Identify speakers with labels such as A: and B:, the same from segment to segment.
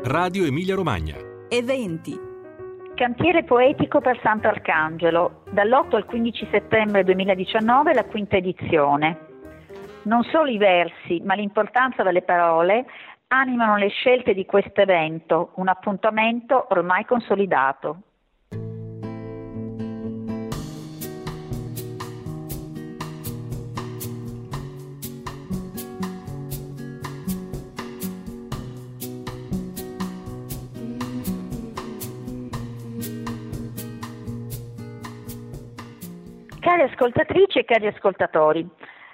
A: Radio Emilia Romagna.
B: Eventi.
C: Cantiere poetico per Sant'Arcangelo, dall'8 al 15 settembre 2019, la quinta edizione. Non solo i versi, ma l'importanza delle parole animano le scelte di questo evento, un appuntamento ormai consolidato. Cari ascoltatrici e cari ascoltatori,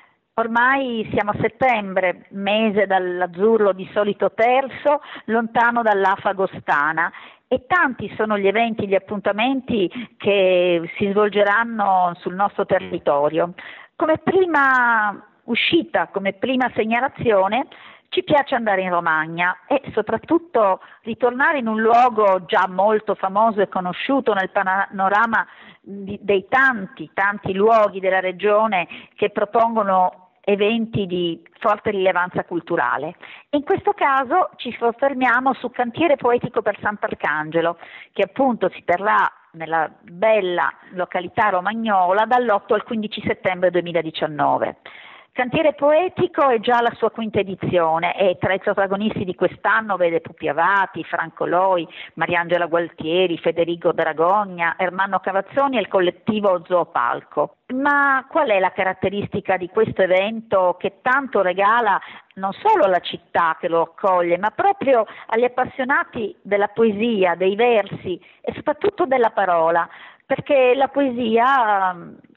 C: ormai siamo a settembre, mese dall'azzurro di solito terso, lontano dall'afa agostana, e tanti sono gli eventi, gli appuntamenti che si svolgeranno sul nostro territorio. Come prima uscita, come prima segnalazione, ci piace andare in Romagna e soprattutto ritornare in un luogo già molto famoso e conosciuto nel panorama dei tanti luoghi della regione che propongono eventi di forte rilevanza culturale. In questo caso ci soffermiamo su Cantiere poetico per Sant'Arcangelo, che appunto si terrà nella bella località romagnola dall'8 al 15 settembre 2019. Cantiere poetico è già la sua quinta edizione e tra i protagonisti di quest'anno vede Pupi Avati, Franco Loi, Mariangela Gualtieri, Federico Dragogna, Ermanno Cavazzoni e il collettivo Zoopalco. Ma qual è la caratteristica di questo evento che tanto regala non solo alla città che lo accoglie, ma proprio agli appassionati della poesia, dei versi e soprattutto della parola? Perché la poesia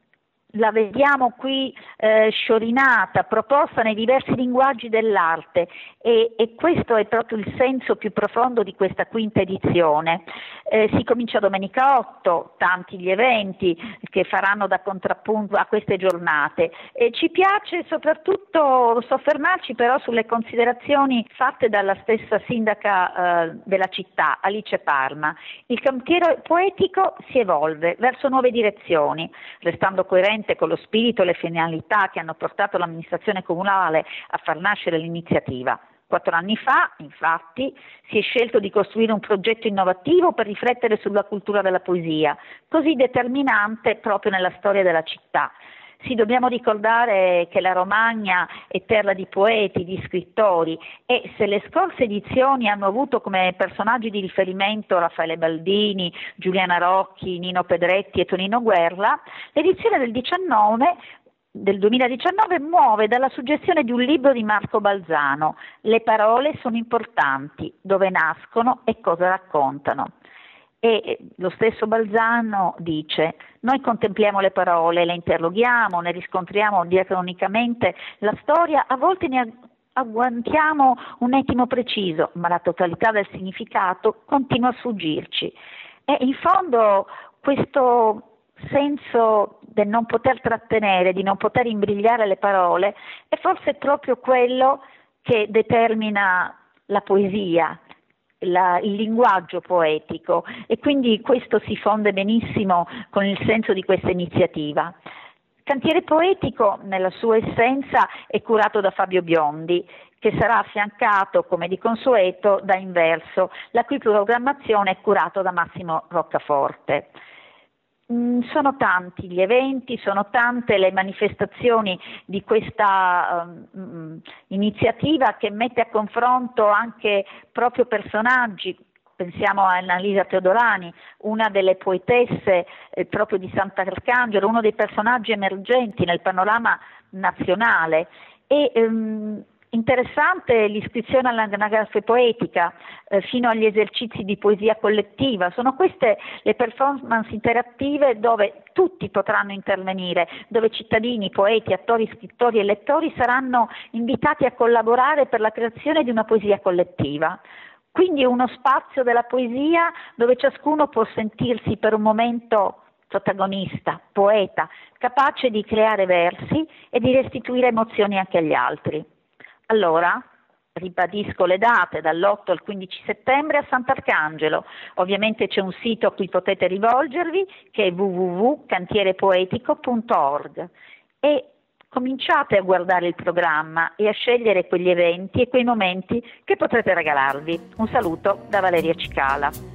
C: la vediamo qui sciorinata, proposta nei diversi linguaggi dell'arte e questo è proprio il senso più profondo di questa quinta edizione. Si comincia domenica 8, tanti gli eventi che faranno da contrappunto a queste giornate. Ci piace soprattutto soffermarci però sulle considerazioni fatte dalla stessa sindaca della città, Alice Parma. Il cantiere poetico si evolve verso nuove direzioni, restando coerente con lo spirito e le finalità che hanno portato l'amministrazione comunale a far nascere l'iniziativa. 4 anni fa, infatti, si è scelto di costruire un progetto innovativo per riflettere sulla cultura della poesia, così determinante proprio nella storia della città. Sì, dobbiamo ricordare che la Romagna è terra di poeti, di scrittori e se le scorse edizioni hanno avuto come personaggi di riferimento Raffaele Baldini, Giuliana Rocchi, Nino Pedretti e Tonino Guerra, l'edizione del 2019 muove dalla suggestione di un libro di Marco Balzano, Le parole sono importanti, dove nascono e cosa raccontano. E lo stesso Balzano dice: noi contempliamo le parole, le interroghiamo, ne riscontriamo diacronicamente la storia, a volte ne agguantiamo un etimo preciso, ma la totalità del significato continua a sfuggirci. E in fondo questo senso del non poter trattenere, di non poter imbrigliare le parole, è forse proprio quello che determina la poesia, il linguaggio poetico, e quindi questo si fonde benissimo con il senso di questa iniziativa. Cantiere poetico nella sua essenza è curato da Fabio Biondi, che sarà affiancato come di consueto da Inverso, la cui programmazione è curato da Massimo Roccaforte. Sono tanti gli eventi, sono tante le manifestazioni di questa iniziativa che mette a confronto anche proprio personaggi. Pensiamo a Annalisa Teodorani, una delle poetesse proprio di Sant'Arcangelo, uno dei personaggi emergenti nel panorama nazionale. Interessante l'iscrizione all'anagrafe poetica fino agli esercizi di poesia collettiva. Sono queste le performance interattive dove tutti potranno intervenire, dove cittadini, poeti, attori, scrittori e lettori saranno invitati a collaborare per la creazione di una poesia collettiva. Quindi uno spazio della poesia dove ciascuno può sentirsi per un momento protagonista, poeta, capace di creare versi e di restituire emozioni anche agli altri. Allora, ribadisco le date, dall'8 al 15 settembre a Sant'Arcangelo. Ovviamente c'è un sito a cui potete rivolgervi che è www.cantierepoetico.org e cominciate a guardare il programma e a scegliere quegli eventi e quei momenti che potrete regalarvi. Un saluto da Valeria Cicala.